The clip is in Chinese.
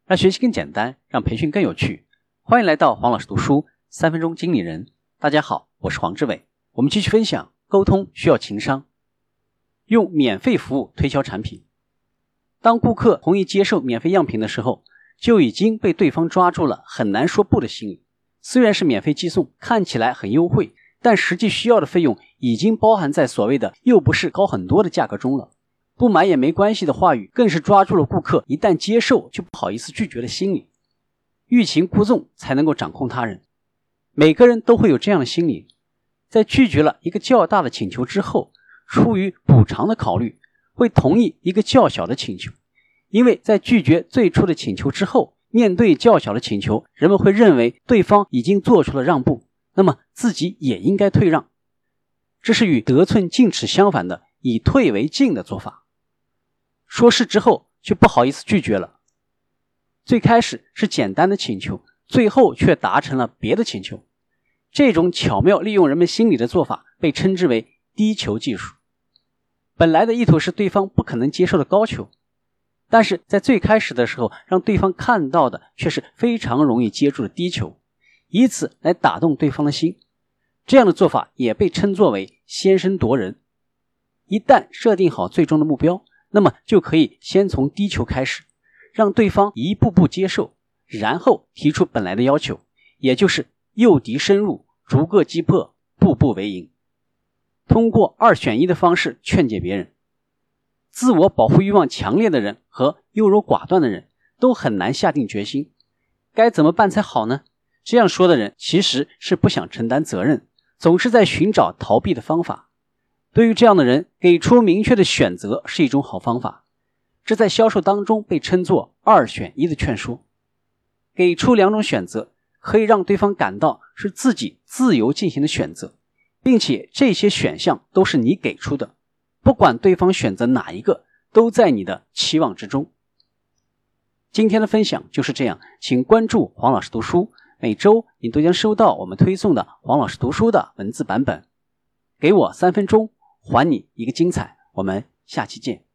让学习更简单，让培训更有趣。欢迎来到黄老师读书3分钟经理人。大家好，我是黄志伟。我们继续分享沟通需要情商。用免费服务推销产品。当顾客同意接受免费样品的时候，就已经被对方抓住了很难说不的心理。虽然是免费寄送，看起来很优惠，但实际需要的费用已经包含在所谓的又不是高很多的价格中了。不买也没关系的话语更是抓住了顾客一旦接受就不好意思拒绝的心理。欲擒故纵才能够掌控他人。每个人都会有这样的心理，在拒绝了一个较大的请求之后，出于补偿的考虑，会同意一个较小的请求。因为在拒绝最初的请求之后，面对较小的请求，人们会认为对方已经做出了让步，那么自己也应该退让。这是与得寸进尺相反的以退为进的做法。说是之后就不好意思拒绝了。最开始是简单的请求，最后却达成了别的请求。这种巧妙利用人们心理的做法被称之为低求技术。本来的意图是对方不可能接受的高求，但是在最开始的时候，让对方看到的却是非常容易接住的低求，以此来打动对方的心。这样的做法也被称作为先声夺人。一旦设定好最终的目标，那么就可以先从低求开始，让对方一步步接受，然后提出本来的要求，也就是诱敌深入，逐个击破，步步为营。通过2选1的方式劝解别人。自我保护欲望强烈的人和优柔寡断的人都很难下定决心。该怎么办才好呢？这样说的人其实是不想承担责任，总是在寻找逃避的方法。对于这样的人，给出明确的选择是一种好方法。这在销售当中被称作2选1的劝说。给出2种选择，可以让对方感到是自己自由进行的选择，并且这些选项都是你给出的，不管对方选择哪一个，都在你的期望之中。今天的分享就是这样，请关注黄老师读书，每周你都将收到我们推送的黄老师读书的文字版本。给我3分钟，还你一个精彩，我们下期见。